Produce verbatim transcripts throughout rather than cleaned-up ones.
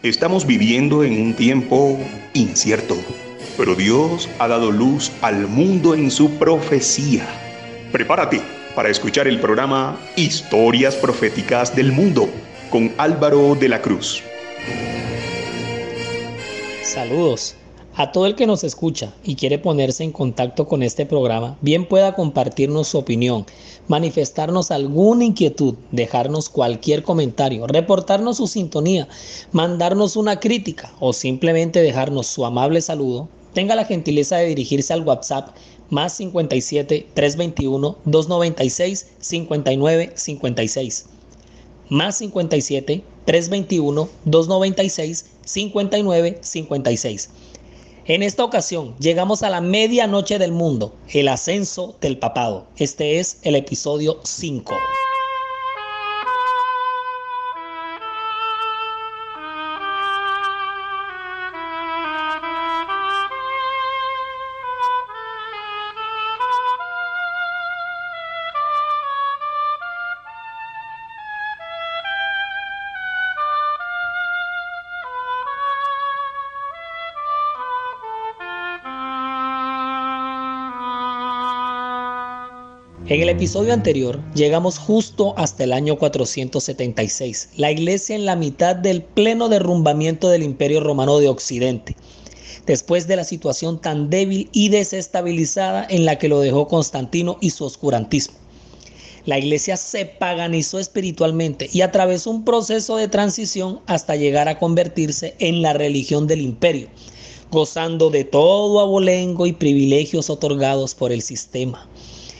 Estamos viviendo en un tiempo incierto, pero Dios ha dado luz al mundo en su profecía. Prepárate para escuchar el programa Historias Proféticas del Mundo con Álvaro de la Cruz. Saludos a todo el que nos escucha y quiere ponerse en contacto con este programa, bien pueda compartirnos su opinión, manifestarnos alguna inquietud, dejarnos cualquier comentario, reportarnos su sintonía, mandarnos una crítica o simplemente dejarnos su amable saludo. Tenga la gentileza de dirigirse al WhatsApp más cincuenta y siete, trescientos veintiuno, doscientos noventa y seis, cincuenta y nueve cincuenta y seis. Más cincuenta y siete, trescientos veintiuno, doscientos noventa y seis, cincuenta y nueve cincuenta y seis. En esta ocasión llegamos a la medianoche del mundo, el ascenso del papado. Este es el episodio cinco. En el episodio anterior llegamos justo hasta el año cuatrocientos setenta y seis, la iglesia en la mitad del pleno derrumbamiento del Imperio Romano de Occidente, después de la situación tan débil y desestabilizada en la que lo dejó Constantino y su oscurantismo. La iglesia se paganizó espiritualmente y atravesó un proceso de transición hasta llegar a convertirse en la religión del imperio, gozando de todo abolengo y privilegios otorgados por el sistema.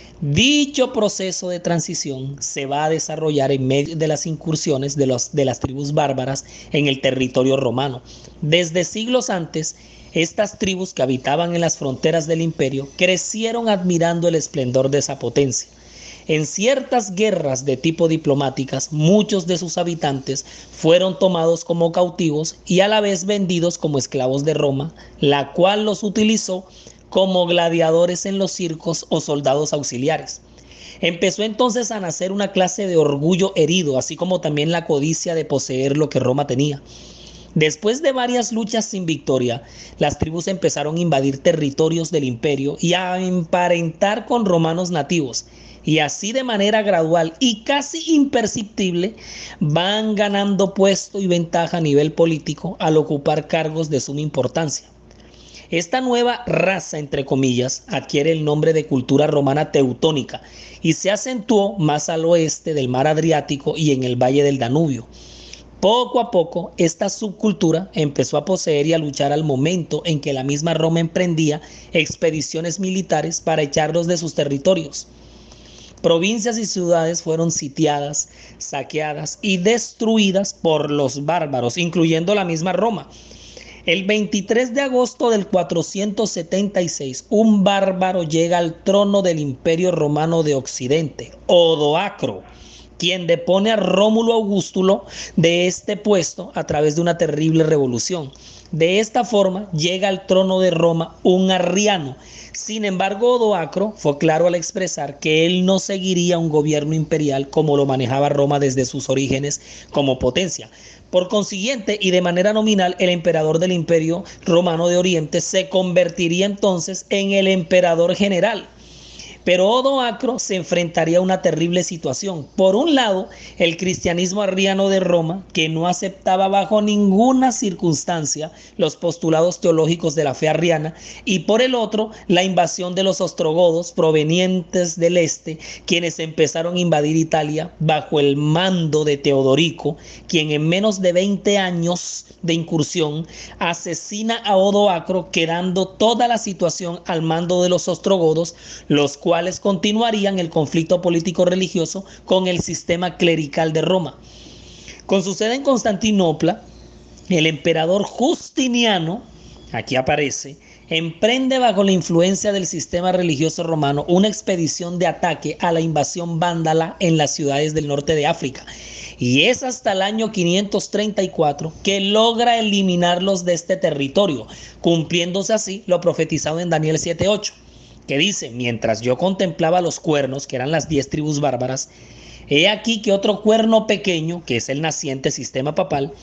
Dicho proceso de transición se va a desarrollar en medio de las incursiones de, los, de las tribus bárbaras en el territorio romano. Desde siglos antes, estas tribus que habitaban en las fronteras del imperio crecieron admirando el esplendor de esa potencia. En ciertas guerras de tipo diplomáticas, muchos de sus habitantes fueron tomados como cautivos y a la vez vendidos como esclavos de Roma, la cual los utilizó como gladiadores en los circos o soldados auxiliares. Empezó entonces a nacer una clase de orgullo herido, así como también la codicia de poseer lo que Roma tenía. Después de varias luchas sin victoria, las tribus empezaron a invadir territorios del imperio y a emparentar con romanos nativos. Y así de manera gradual y casi imperceptible van ganando puesto y ventaja a nivel político al ocupar cargos de suma importancia. Esta nueva raza, entre comillas, adquiere el nombre de cultura romana teutónica y se acentuó más al oeste del mar Adriático y en el valle del Danubio. Poco a poco, esta subcultura empezó a poseer y a luchar al momento en que la misma Roma emprendía expediciones militares para echarlos de sus territorios. Provincias y ciudades fueron sitiadas, saqueadas y destruidas por los bárbaros, incluyendo la misma Roma. El veintitrés de agosto del cuatrocientos setenta y seis, un bárbaro llega al trono del Imperio Romano de Occidente, Odoacro, quien depone a Rómulo Augustulo de este puesto a través de una terrible revolución. De esta forma llega al trono de Roma un arriano. Sin embargo, Odoacro fue claro al expresar que él no seguiría un gobierno imperial como lo manejaba Roma desde sus orígenes como potencia. Por consiguiente, y de manera nominal, el emperador del Imperio Romano de Oriente se convertiría entonces en el emperador general. Pero Odoacro se enfrentaría a una terrible situación. Por un lado, el cristianismo arriano de Roma, que no aceptaba bajo ninguna circunstancia los postulados teológicos de la fe arriana, y por el otro, la invasión de los ostrogodos provenientes del este, quienes empezaron a invadir Italia bajo el mando de Teodorico, quien en menos de veinte años de incursión asesina a Odoacro, quedando toda la situación al mando de los ostrogodos, los cuales continuarían el conflicto político-religioso con el sistema clerical de Roma. Con su sede en Constantinopla, el emperador Justiniano, aquí aparece, emprende bajo la influencia del sistema religioso romano una expedición de ataque a la invasión vándala en las ciudades del norte de África. Y es hasta el año quinientos treinta y cuatro que logra eliminarlos de este territorio, cumpliéndose así lo profetizado en Daniel siete ocho. Que dice: mientras yo contemplaba los cuernos, que eran las diez tribus bárbaras, he aquí que otro cuerno pequeño, que es el naciente sistema papal,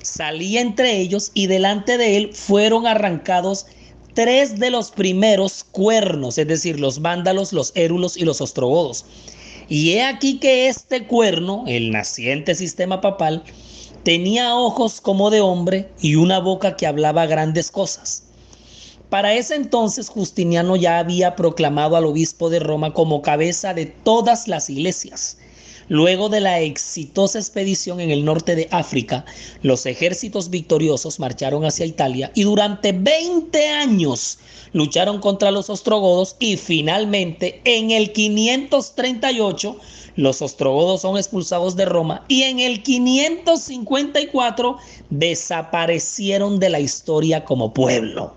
Salía entre ellos y delante de él fueron arrancados tres de los primeros cuernos, es decir, los vándalos, los érulos y los ostrogodos. Y he aquí que este cuerno, el naciente sistema papal, tenía ojos como de hombre y una boca que hablaba grandes cosas. Para ese entonces Justiniano ya había proclamado al obispo de Roma como cabeza de todas las iglesias. Luego de la exitosa expedición en el norte de África, los ejércitos victoriosos marcharon hacia Italia y durante veinte años lucharon contra los ostrogodos y finalmente en el quinientos treinta y ocho los ostrogodos son expulsados de Roma y en el quinientos cincuenta y cuatro desaparecieron de la historia como pueblo.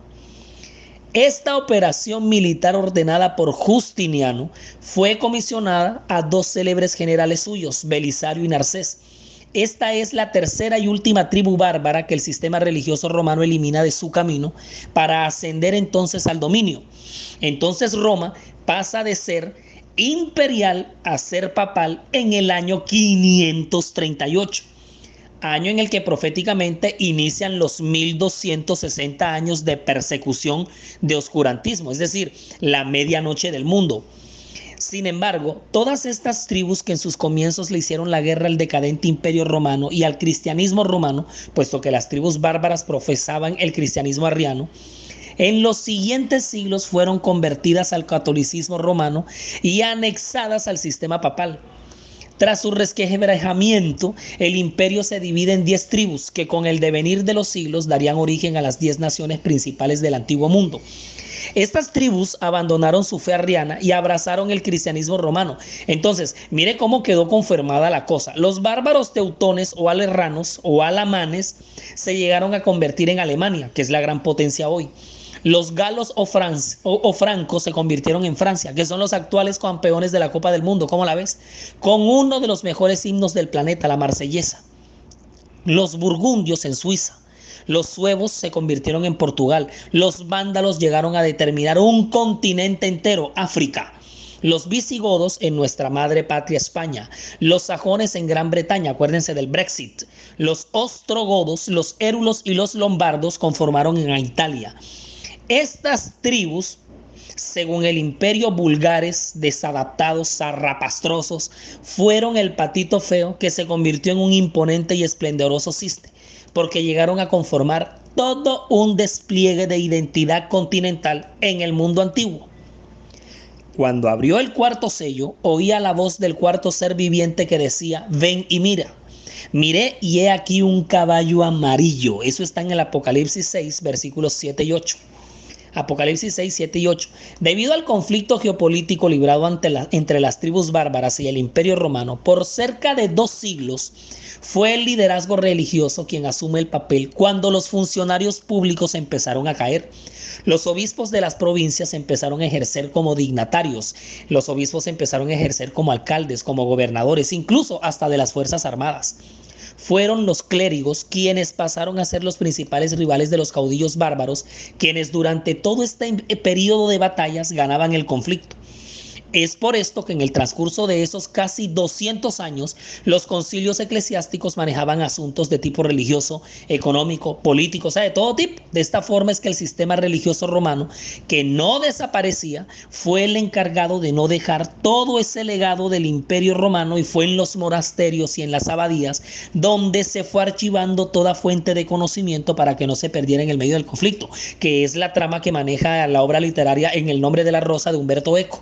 Esta operación militar ordenada por Justiniano fue comisionada a dos célebres generales suyos, Belisario y Narcés. Esta es la tercera y última tribu bárbara que el sistema religioso romano elimina de su camino para ascender entonces al dominio. Entonces Roma pasa de ser imperial a ser papal en el año quinientos treinta y ocho. Año en el que proféticamente inician los mil doscientos sesenta años de persecución de oscurantismo, es decir, la medianoche del mundo. Sin embargo, todas estas tribus que en sus comienzos le hicieron la guerra al decadente imperio romano y al cristianismo romano, puesto que las tribus bárbaras profesaban el cristianismo arriano, en los siguientes siglos fueron convertidas al catolicismo romano y anexadas al sistema papal. Tras su resquebrajamiento, el imperio se divide en diez tribus que con el devenir de los siglos darían origen a las diez naciones principales del antiguo mundo. Estas tribus abandonaron su fe arriana y abrazaron el cristianismo romano. Entonces, mire cómo quedó confirmada la cosa. Los bárbaros teutones o alerranos o alamanes se llegaron a convertir en Alemania, que es la gran potencia hoy. Los galos o, franc o, o francos se convirtieron en Francia, que son los actuales campeones de la Copa del Mundo. ¿Cómo la ves? Con uno de los mejores himnos del planeta, la Marsellesa. Los burgundios en Suiza. Los suevos se convirtieron en Portugal. Los vándalos llegaron a determinar un continente entero, África. Los visigodos en nuestra madre patria España, los sajones en Gran Bretaña, acuérdense del Brexit, los ostrogodos, los érulos y los lombardos conformaron en Italia. Estas tribus, según el imperio, vulgares, desadaptados, zarrapastrosos, fueron el patito feo que se convirtió en un imponente y esplendoroso cisne, porque llegaron a conformar todo un despliegue de identidad continental en el mundo antiguo. Cuando abrió el cuarto sello, oía la voz del cuarto ser viviente que decía: ven y mira. Miré y he aquí un caballo amarillo. Eso está en el Apocalipsis seis, versículos siete y ocho. Apocalipsis seis, siete y ocho. Debido al conflicto geopolítico librado ante la, entre las tribus bárbaras y el imperio romano, por cerca de dos siglos, fue el liderazgo religioso quien asume el papel cuando los funcionarios públicos empezaron a caer. Los obispos de las provincias empezaron a ejercer como dignatarios. Los obispos empezaron a ejercer como alcaldes, como gobernadores, incluso hasta de las Fuerzas Armadas. Fueron los clérigos quienes pasaron a ser los principales rivales de los caudillos bárbaros, quienes durante todo este periodo de batallas ganaban el conflicto. Es por esto que en el transcurso de esos casi doscientos años, los concilios eclesiásticos manejaban asuntos de tipo religioso, económico, político, o sea, de todo tipo. De esta forma es que el sistema religioso romano, que no desaparecía, fue el encargado de no dejar todo ese legado del imperio romano, y fue en los monasterios y en las abadías donde se fue archivando toda fuente de conocimiento para que no se perdiera en el medio del conflicto, que es la trama que maneja la obra literaria En el nombre de la rosa de Humberto Eco.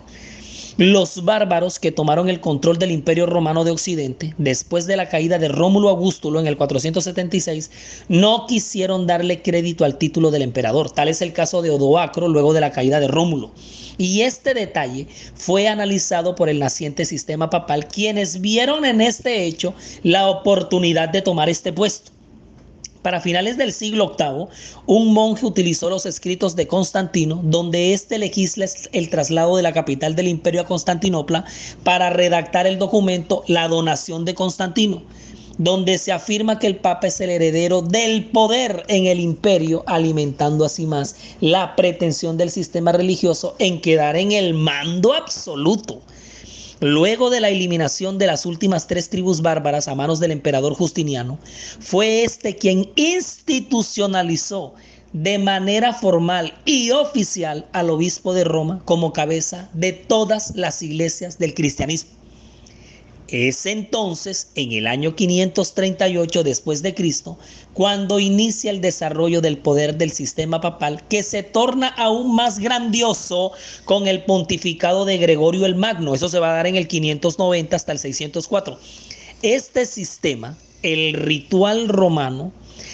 Los bárbaros que tomaron el control del Imperio Romano de Occidente después de la caída de Rómulo Augustulo en el cuatrocientos setenta y seis no quisieron darle crédito al título del emperador. Tal es el caso de Odoacro luego de la caída de Rómulo. Y este detalle fue analizado por el naciente sistema papal, quienes vieron en este hecho la oportunidad de tomar este puesto. Para finales del siglo octavo, un monje utilizó los escritos de Constantino, donde éste legisla el traslado de la capital del imperio a Constantinopla, para redactar el documento La donación de Constantino, donde se afirma que el Papa es el heredero del poder en el imperio, alimentando así más la pretensión del sistema religioso en quedar en el mando absoluto. luego de la eliminación de las últimas tres tribus bárbaras a manos del emperador Justiniano, fue este quien institucionalizó de manera formal y oficial al obispo de Roma como cabeza de todas las iglesias del cristianismo. Es entonces, en el año quinientos treinta y ocho después de Cristo, cuando inicia el desarrollo del poder del sistema papal, que se torna aún más grandioso con el pontificado de Gregorio el Magno. Eso se va a dar en el quinientos noventa hasta el seiscientos cuatro. Este sistema, el ritual romano,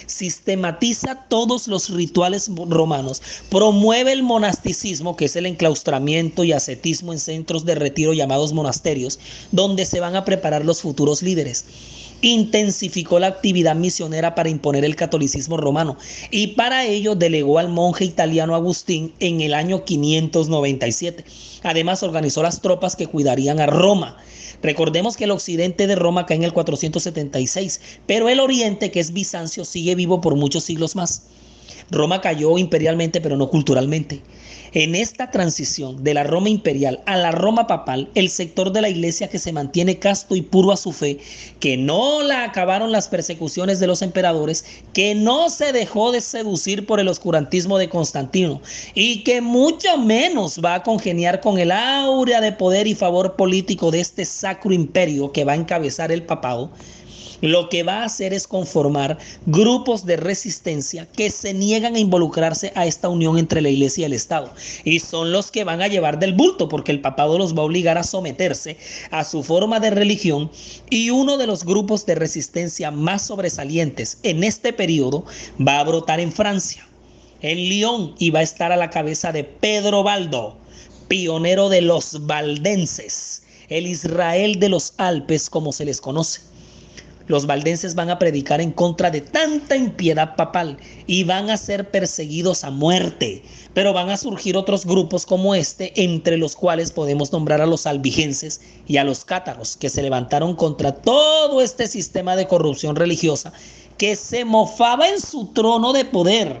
sistematiza todos los rituales romanos, promueve el monasticismo, que es el enclaustramiento y ascetismo en centros de retiro llamados monasterios, donde se van a preparar los futuros líderes. Intensificó la actividad misionera para imponer el catolicismo romano y para ello delegó al monje italiano Agustín en el año quinientos noventa y siete. Además, organizó las tropas que cuidarían a Roma. Recordemos que el occidente de Roma cae en el cuatrocientos setenta y seis, pero el oriente, que es Bizancio, sigue vivo por muchos siglos más. Roma cayó imperialmente, pero no culturalmente. En esta transición de la Roma imperial a la Roma papal, el sector de la iglesia que se mantiene casto y puro a su fe, que no la acabaron las persecuciones de los emperadores, que no se dejó de seducir por el oscurantismo de Constantino y que mucho menos va a congeniar con el áurea de poder y favor político de este sacro imperio que va a encabezar el papado, lo que va a hacer es conformar grupos de resistencia que se niegan a involucrarse a esta unión entre la iglesia y el Estado. Y son los que van a llevar del bulto, porque el papado los va a obligar a someterse a su forma de religión. Y uno de los grupos de resistencia más sobresalientes en este periodo va a brotar en Francia, en Lyon, y va a estar a la cabeza de Pedro Baldo, pionero de los valdenses, el Israel de los Alpes, como se les conoce. Los valdenses van a predicar en contra de tanta impiedad papal y van a ser perseguidos a muerte. Pero van a surgir otros grupos como este, entre los cuales podemos nombrar a los albigenses y a los cátaros, que se levantaron contra todo este sistema de corrupción religiosa que se mofaba en su trono de poder.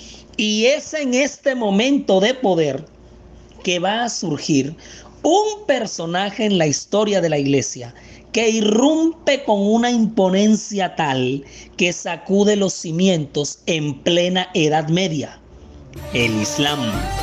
Y es en este momento de poder que va a surgir un personaje en la historia de la iglesia que irrumpe con una imponencia tal que sacude los cimientos en plena Edad Media: el Islam.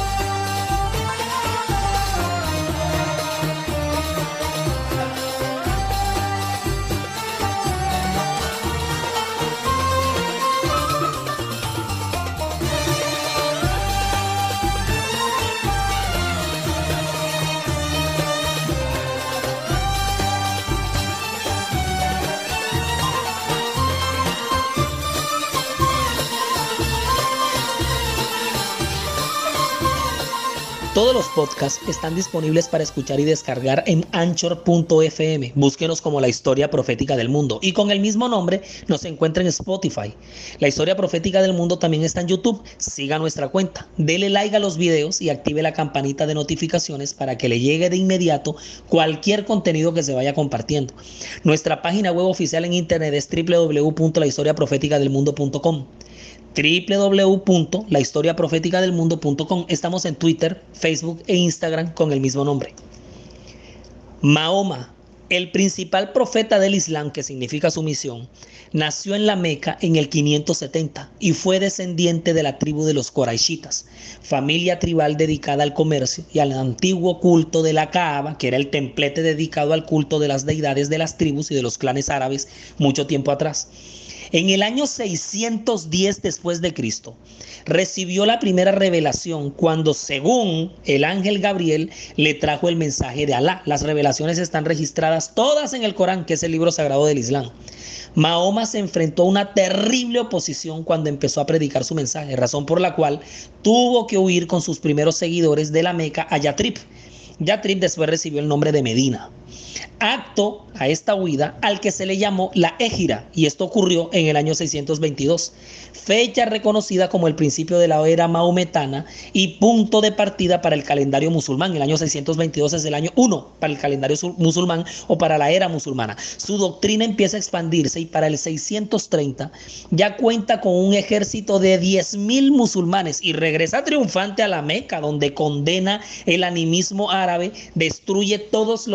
Todos los podcasts están disponibles para escuchar y descargar en anchor punto f m. Búsquenos como La Historia Profética del Mundo. Y con el mismo nombre nos encuentra en Spotify. La Historia Profética del Mundo también está en YouTube. Siga nuestra cuenta. Dele like a los videos y active la campanita de notificaciones para que le llegue de inmediato cualquier contenido que se vaya compartiendo. Nuestra página web oficial en internet es w w w punto la historia profética del mundo punto com. w w w punto la historia profética del mundo punto com. Estamos en Twitter, Facebook e Instagram con el mismo nombre. Mahoma, el principal profeta del Islam, que significa sumisión, nació en la Meca en el quinientos setenta y fue descendiente de la tribu de los Quraishitas, familia tribal dedicada al comercio y al antiguo culto de la Kaaba, que era el templete dedicado al culto de las deidades de las tribus y de los clanes árabes mucho tiempo atrás. En el año seiscientos diez después de Cristo, recibió la primera revelación cuando, según el ángel Gabriel, le trajo el mensaje de Alá. Las revelaciones están registradas todas en el Corán, que es el libro sagrado del Islam. Mahoma se enfrentó a una terrible oposición cuando empezó a predicar su mensaje, razón por la cual tuvo que huir con sus primeros seguidores de la Meca a Yatrib. Yatrib después recibió el nombre de Medina. Acto a esta huida al que se le llamó la Égira, y esto ocurrió en el año seiscientos veintidós, fecha reconocida como el principio de la era maometana y punto de partida para el calendario musulmán. El año seiscientos veintidós es el año uno para el calendario musulmán o para la era musulmana. Su doctrina empieza a expandirse y para el seiscientos treinta ya cuenta con un ejército de diez mil musulmanes y regresa triunfante a la Meca, donde condena el animismo árabe, destruye todos los ídolos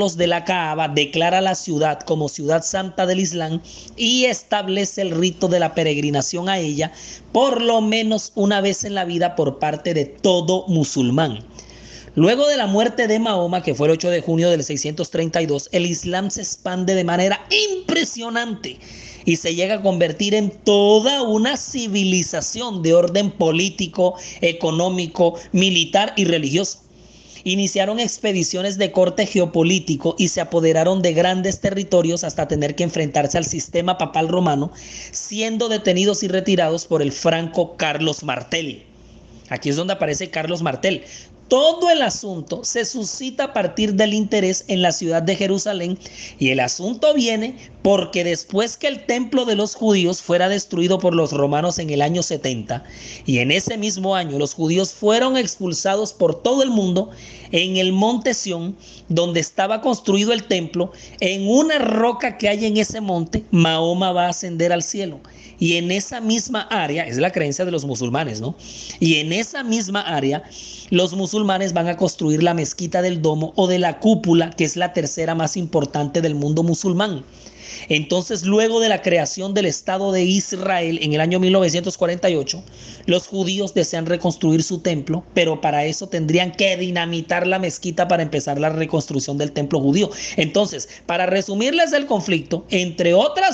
símbolos de la Kaaba, declara la ciudad como ciudad santa del Islam y establece el rito de la peregrinación a ella por lo menos una vez en la vida por parte de todo musulmán. Luego de la muerte de Mahoma, que fue el ocho de junio del seiscientos treinta y dos, el Islam se expande de manera impresionante y se llega a convertir en toda una civilización de orden político, económico, militar y religioso. Iniciaron expediciones de corte geopolítico y se apoderaron de grandes territorios hasta tener que enfrentarse al sistema papal romano, siendo detenidos y retirados por el franco Carlos Martel. Aquí es donde aparece Carlos Martel. Todo el asunto se suscita a partir del interés en la ciudad de Jerusalén y el asunto viene porque después que el templo de los judíos fuera destruido por los romanos en el año setenta y en ese mismo año los judíos fueron expulsados por todo el mundo, en el monte Sión, donde estaba construido el templo, en una roca que hay en ese monte, Mahoma va a ascender al cielo. Y en esa misma área, es la creencia de los musulmanes, ¿no? Y en esa misma área, los musulmanes van a construir la mezquita del domo o de la cúpula, que es la tercera más importante del mundo musulmán. Entonces, luego de la creación del Estado de Israel en el año mil novecientos cuarenta y ocho, los judíos desean reconstruir su templo, pero para eso tendrían que dinamitar la mezquita para empezar la reconstrucción del templo judío. Entonces, para resumirles el conflicto, entre otras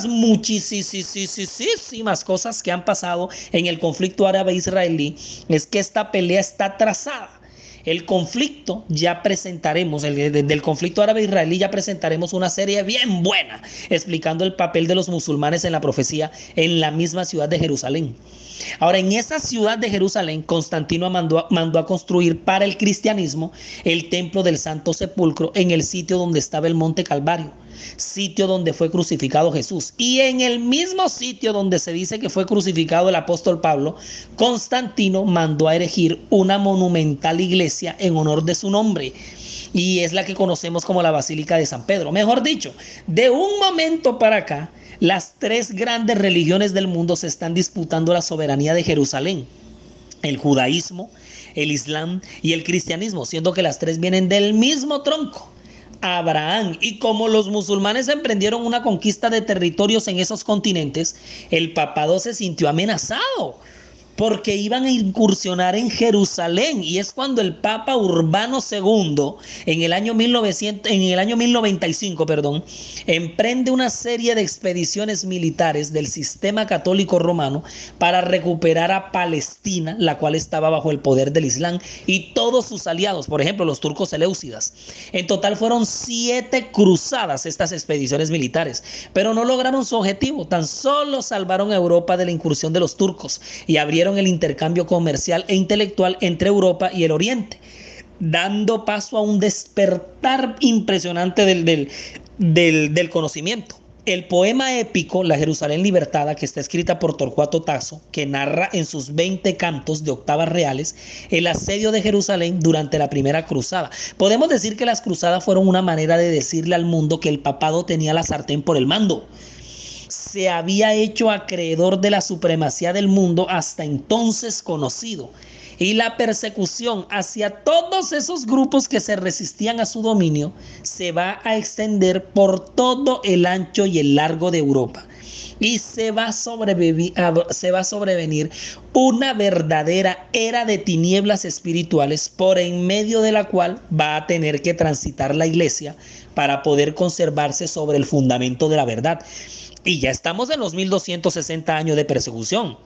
muchísimas cosas que han pasado en el conflicto árabe-israelí, es que esta pelea está trazada. El conflicto ya presentaremos, el, del conflicto árabe-israelí ya presentaremos una serie bien buena explicando el papel de los musulmanes en la profecía en la misma ciudad de Jerusalén. Ahora, en esa ciudad de Jerusalén, Constantino mandó a, mandó a construir para el cristianismo el templo del Santo Sepulcro en el sitio donde estaba el Monte Calvario, sitio donde fue crucificado Jesús. Y en el mismo sitio donde se dice que fue crucificado el apóstol Pablo, Constantino mandó a erigir una monumental iglesia en honor de su nombre. Y es la que conocemos como la Basílica de San Pedro. Mejor dicho, de un momento para acá, las tres grandes religiones del mundo se están disputando la soberanía de Jerusalén: el judaísmo, el islam y el cristianismo, siendo que las tres vienen del mismo tronco, Abraham. Y como los musulmanes emprendieron una conquista de territorios en esos continentes, el papado se sintió amenazado porque iban a incursionar en Jerusalén, y es cuando el Papa Urbano segundo, en el año mil novecientos, en el año mil noventa y cinco, perdón, emprende una serie de expediciones militares del sistema católico romano para recuperar a Palestina, la cual estaba bajo el poder del Islam, y todos sus aliados, por ejemplo, los turcos seleucidas. En total fueron siete cruzadas estas expediciones militares, pero no lograron su objetivo, tan solo salvaron a Europa de la incursión de los turcos y abrieron el intercambio comercial e intelectual entre Europa y el Oriente, dando paso a un despertar impresionante del, del, del, del conocimiento. El poema épico La Jerusalén Libertada, que está escrita por Torcuato Tasso, que narra en sus veinte cantos de octavas reales el asedio de Jerusalén durante la primera cruzada. Podemos decir que las cruzadas fueron una manera de decirle al mundo que el papado tenía la sartén por el mando. Se había hecho acreedor de la supremacía del mundo hasta entonces conocido, y la persecución hacia todos esos grupos que se resistían a su dominio se va a extender por todo el ancho y el largo de Europa, y se va a, se va a sobrevenir una verdadera era de tinieblas espirituales, por en medio de la cual va a tener que transitar la iglesia para poder conservarse sobre el fundamento de la verdad. Y ya estamos en los mil doscientos sesenta años de persecución,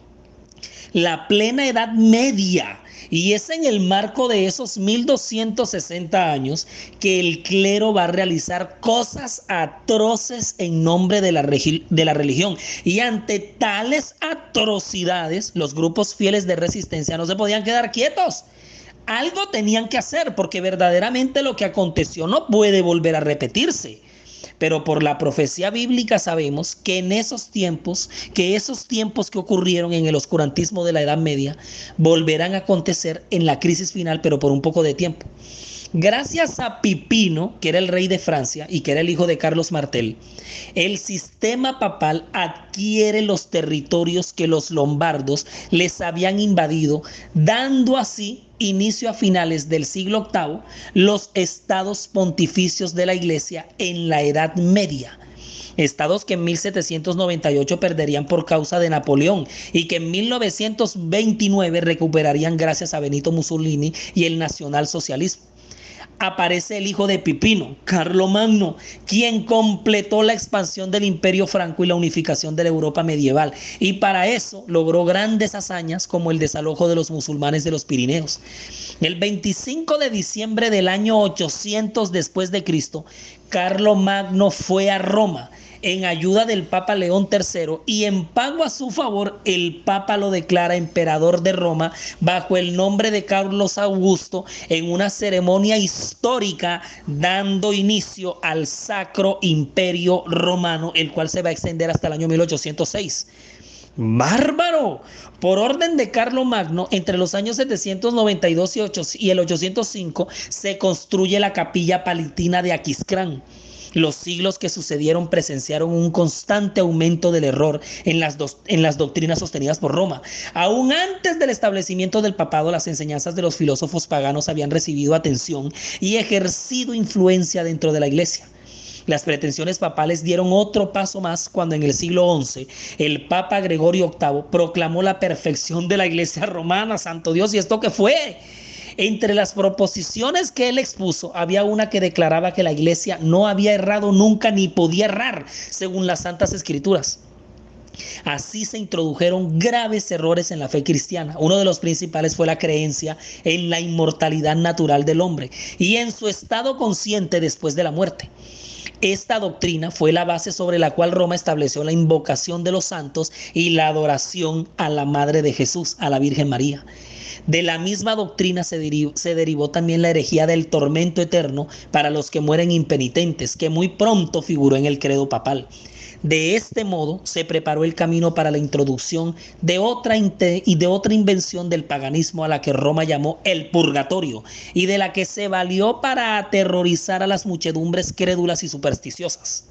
la plena Edad Media. Y es en el marco de esos mil doscientos sesenta años que el clero va a realizar cosas atroces en nombre de la, de la religión. Y ante tales atrocidades, los grupos fieles de resistencia no se podían quedar quietos. Algo tenían que hacer, porque verdaderamente lo que aconteció no puede volver a repetirse. Pero por la profecía bíblica sabemos que en esos tiempos, que esos tiempos que ocurrieron en el oscurantismo de la Edad Media, volverán a acontecer en la crisis final, pero por un poco de tiempo. Gracias a Pipino, que era el rey de Francia y que era el hijo de Carlos Martel, el sistema papal adquiere los territorios que los lombardos les habían invadido, dando así inicio a finales del siglo octavo los estados pontificios de la Iglesia en la Edad Media. Estados que en mil setecientos noventa y ocho perderían por causa de Napoleón y que en mil novecientos veintinueve recuperarían gracias a Benito Mussolini y el nacionalsocialismo. Aparece el hijo de Pipino, Carlomagno, quien completó la expansión del Imperio Franco y la unificación de la Europa medieval, y para eso logró grandes hazañas como el desalojo de los musulmanes de los Pirineos. El veinticinco de diciembre del año ochocientos después de Cristo, Carlomagno fue a Roma en ayuda del Papa León tercero y en pago a su favor el Papa lo declara emperador de Roma bajo el nombre de Carlos Augusto en una ceremonia histórica dando inicio al Sacro Imperio Romano, el cual se va a extender hasta el año mil ochocientos seis. ¡Bárbaro! Por orden de Carlomagno, entre los años setecientos noventa y dos y el ochocientos cinco se construye la Capilla Palatina de Aquisgrán. Los siglos que sucedieron presenciaron un constante aumento del error en las, dos, en las doctrinas sostenidas por Roma. Aún antes del establecimiento del papado, las enseñanzas de los filósofos paganos habían recibido atención y ejercido influencia dentro de la Iglesia. Las pretensiones papales dieron otro paso más cuando en el siglo once el Papa Gregorio octavo proclamó la perfección de la Iglesia romana. ¡Santo Dios! ¿Y esto qué fue? Entre las proposiciones que él expuso, había una que declaraba que la Iglesia no había errado nunca ni podía errar, según las Santas Escrituras. Así se introdujeron graves errores en la fe cristiana. Uno de los principales fue la creencia en la inmortalidad natural del hombre y en su estado consciente después de la muerte. Esta doctrina fue la base sobre la cual Roma estableció la invocación de los santos y la adoración a la Madre de Jesús, a la Virgen María. De la misma doctrina se derivó, se derivó también la herejía del tormento eterno para los que mueren impenitentes, que muy pronto figuró en el credo papal. De este modo se preparó el camino para la introducción de otra y de otra invención del paganismo a la que Roma llamó el purgatorio y de la que se valió para aterrorizar a las muchedumbres crédulas y supersticiosas.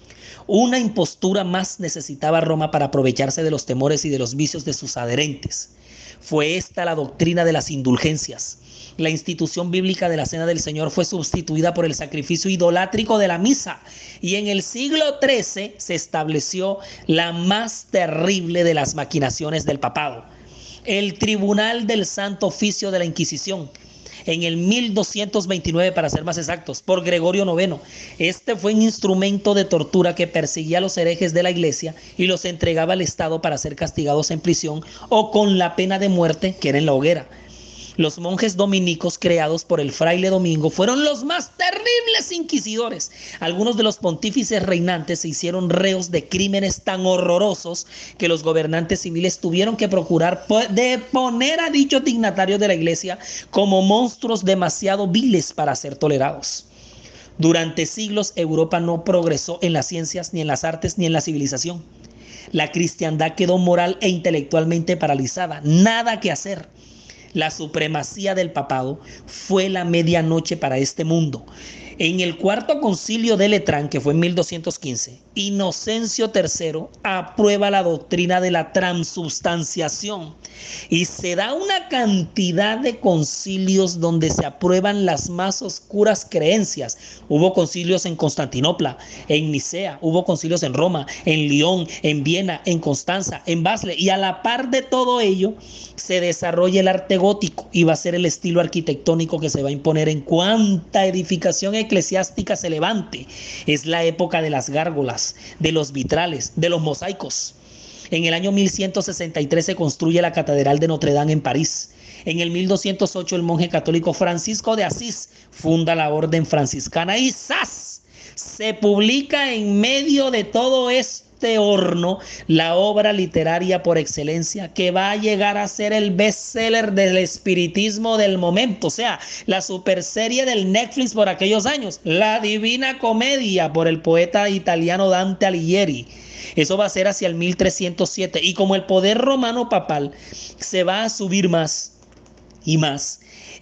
Una impostura más necesitaba Roma para aprovecharse de los temores y de los vicios de sus adherentes. Fue esta la doctrina de las indulgencias. La institución bíblica de la Cena del Señor fue sustituida por el sacrificio idolátrico de la misa y en el siglo trece se estableció la más terrible de las maquinaciones del papado, el Tribunal del Santo Oficio de la Inquisición. En el mil doscientos veintinueve, para ser más exactos, por Gregorio noveno. Este fue un instrumento de tortura que perseguía a los herejes de la Iglesia y los entregaba al Estado para ser castigados en prisión o con la pena de muerte, que era en la hoguera. Los monjes dominicos creados por el fraile Domingo fueron los más terribles inquisidores. Algunos de los pontífices reinantes se hicieron reos de crímenes tan horrorosos que los gobernantes civiles tuvieron que procurar deponer a dichos dignatarios de la Iglesia como monstruos demasiado viles para ser tolerados. Durante siglos Europa no progresó en las ciencias, ni en las artes, ni en la civilización. La cristiandad quedó moral e intelectualmente paralizada. Nada que hacer. La supremacía del papado fue la medianoche para este mundo. En el cuarto concilio de Letrán, que fue en mil doscientos quince, Inocencio tercero aprueba la doctrina de la transubstanciación y se da una cantidad de concilios donde se aprueban las más oscuras creencias. Hubo concilios en Constantinopla, en Nicea, hubo concilios en Roma, en León, en Viena, en Constanza, en Basle, y a la par de todo ello se desarrolla el arte gótico y va a ser el estilo arquitectónico que se va a imponer en cuanta edificación eclesiástica se levante. Es la época de las gárgolas, de los vitrales, de los mosaicos. En el año mil ciento sesenta y tres se construye la Catedral de Notre Dame en París. En el mil doscientos ocho el monje católico Francisco de Asís funda la orden franciscana y ¡zas! Se publica en medio de todo esto este horno la obra literaria por excelencia que va a llegar a ser el bestseller del espiritismo del momento, o sea, la superserie del Netflix por aquellos años, La Divina Comedia por el poeta italiano Dante Alighieri. Eso va a ser hacia el mil trescientos siete y como el poder romano papal se va a subir más y más,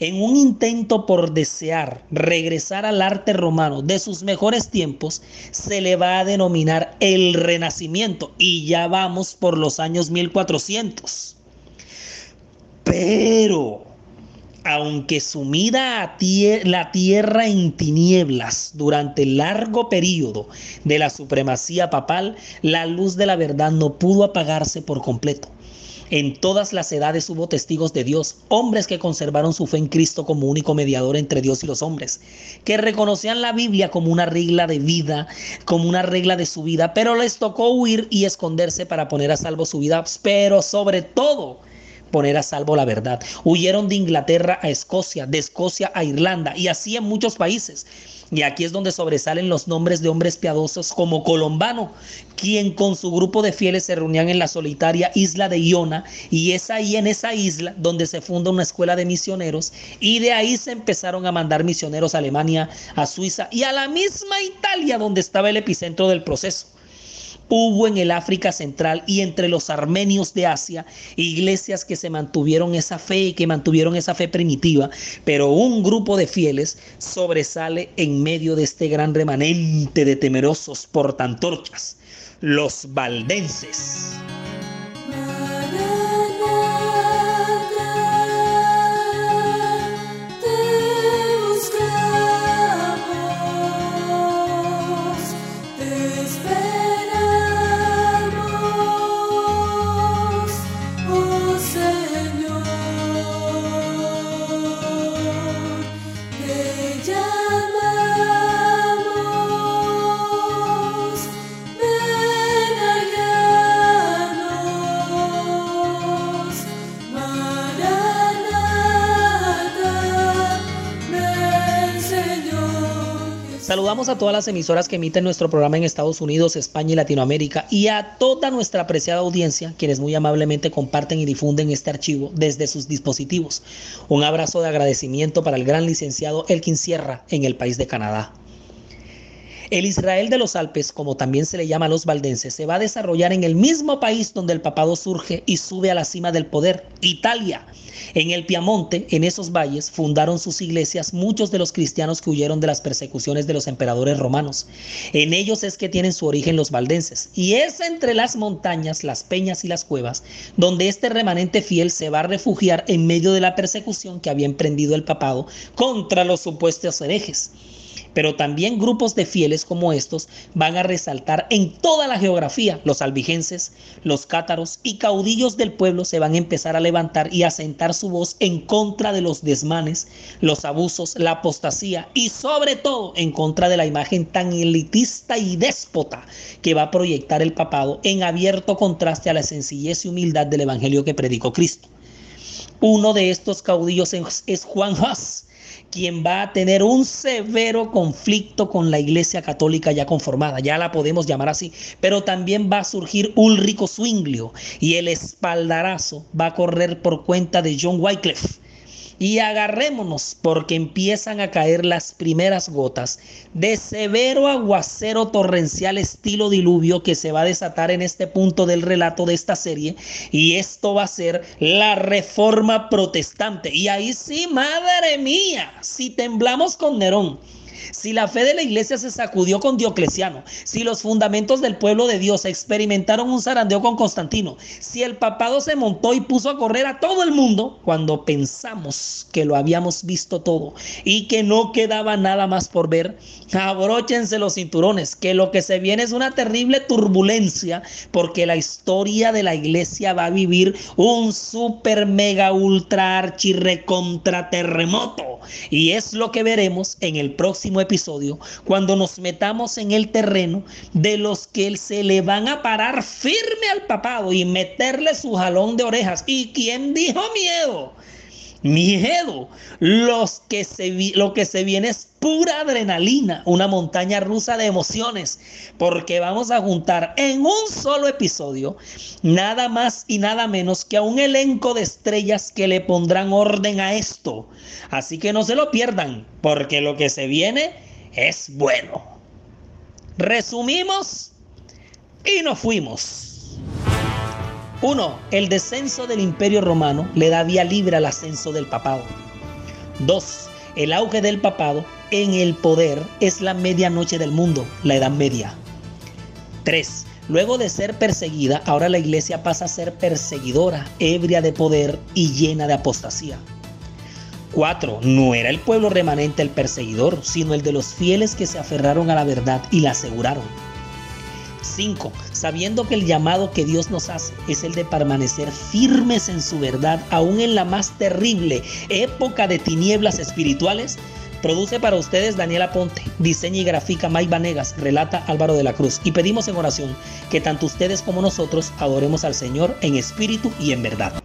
En un intento por desear regresar al arte romano de sus mejores tiempos, se le va a denominar el Renacimiento, y ya vamos por los años mil cuatrocientos. Pero aunque sumida a tie- la tierra en tinieblas durante el largo periodo de la supremacía papal, la luz de la verdad no pudo apagarse por completo. En todas las edades hubo testigos de Dios, hombres que conservaron su fe en Cristo como único mediador entre Dios y los hombres, que reconocían la Biblia como una regla de vida, como una regla de su vida, pero les tocó huir y esconderse para poner a salvo su vida, pero sobre todo poner a salvo la verdad. Huyeron de Inglaterra a Escocia, de Escocia a Irlanda, y así en muchos países. Y aquí es donde sobresalen los nombres de hombres piadosos como Colombano, quien con su grupo de fieles se reunían en la solitaria isla de Iona, y es ahí en esa isla donde se funda una escuela de misioneros, y de ahí se empezaron a mandar misioneros a Alemania, a Suiza y a la misma Italia donde estaba el epicentro del proceso. Hubo en el África Central y entre los armenios de Asia iglesias que se mantuvieron esa fe, que mantuvieron esa fe primitiva, pero un grupo de fieles sobresale en medio de este gran remanente de temerosos portantorchas, los valdenses. Saludamos a todas las emisoras que emiten nuestro programa en Estados Unidos, España y Latinoamérica, y a toda nuestra apreciada audiencia, quienes muy amablemente comparten y difunden este archivo desde sus dispositivos. Un abrazo de agradecimiento para el gran licenciado Elkin Sierra en el país de Canadá. El Israel de los Alpes, como también se le llama a los valdenses, se va a desarrollar en el mismo país donde el papado surge y sube a la cima del poder, Italia. En el Piamonte, en esos valles, fundaron sus iglesias muchos de los cristianos que huyeron de las persecuciones de los emperadores romanos. En ellos es que tienen su origen los valdenses, y es entre las montañas, las peñas y las cuevas, donde este remanente fiel se va a refugiar en medio de la persecución que había emprendido el papado contra los supuestos herejes. Pero también grupos de fieles como estos van a resaltar en toda la geografía. Los albigenses, los cátaros y caudillos del pueblo se van a empezar a levantar y a sentar su voz en contra de los desmanes, los abusos, la apostasía y sobre todo en contra de la imagen tan elitista y déspota que va a proyectar el papado, en abierto contraste a la sencillez y humildad del evangelio que predicó Cristo. Uno de estos caudillos es Juan Hus, quien va a tener un severo conflicto con la Iglesia Católica ya conformada, ya la podemos llamar así, pero también va a surgir Ulrico Zwinglio, y el espaldarazo va a correr por cuenta de John Wycliffe. Y agarrémonos porque empiezan a caer las primeras gotas de severo aguacero torrencial estilo diluvio que se va a desatar en este punto del relato de esta serie, y esto va a ser la Reforma Protestante. Y ahí sí, madre mía, si temblamos con Nerón, si la fe de la iglesia se sacudió con Diocleciano, si los fundamentos del pueblo de Dios experimentaron un zarandeo con Constantino, si el papado se montó y puso a correr a todo el mundo cuando pensamos que lo habíamos visto todo y que no quedaba nada más por ver, abróchense los cinturones, que lo que se viene es una terrible turbulencia, porque la historia de la iglesia va a vivir un super mega ultra archi recontra terremoto, y es lo que veremos en el próximo episodio, cuando nos metamos en el terreno de los que se le van a parar firme al papado y meterle su jalón de orejas. ¿Y quién dijo miedo? Miedo. Los que se vi, lo que se viene es pura adrenalina, una montaña rusa de emociones, porque vamos a juntar en un solo episodio nada más y nada menos que a un elenco de estrellas que le pondrán orden a esto. Así que no se lo pierdan, porque lo que se viene es bueno. Resumimos y nos fuimos. uno. El descenso del Imperio Romano le da vía libre al ascenso del papado. Dos, el auge del papado en el poder es la medianoche del mundo, la Edad Media. Tres, luego de ser perseguida, ahora la iglesia pasa a ser perseguidora, ebria de poder y llena de apostasía. Cuatro, no era el pueblo remanente el perseguidor, sino el de los fieles que se aferraron a la verdad y la aseguraron. Cinco, sabiendo que el llamado que Dios nos hace es el de permanecer firmes en su verdad, aún en la más terrible época de tinieblas espirituales. Produce para ustedes Daniela Ponte, diseña y grafica May Vanegas, relata Álvaro de la Cruz. Y pedimos en oración que tanto ustedes como nosotros adoremos al Señor en espíritu y en verdad.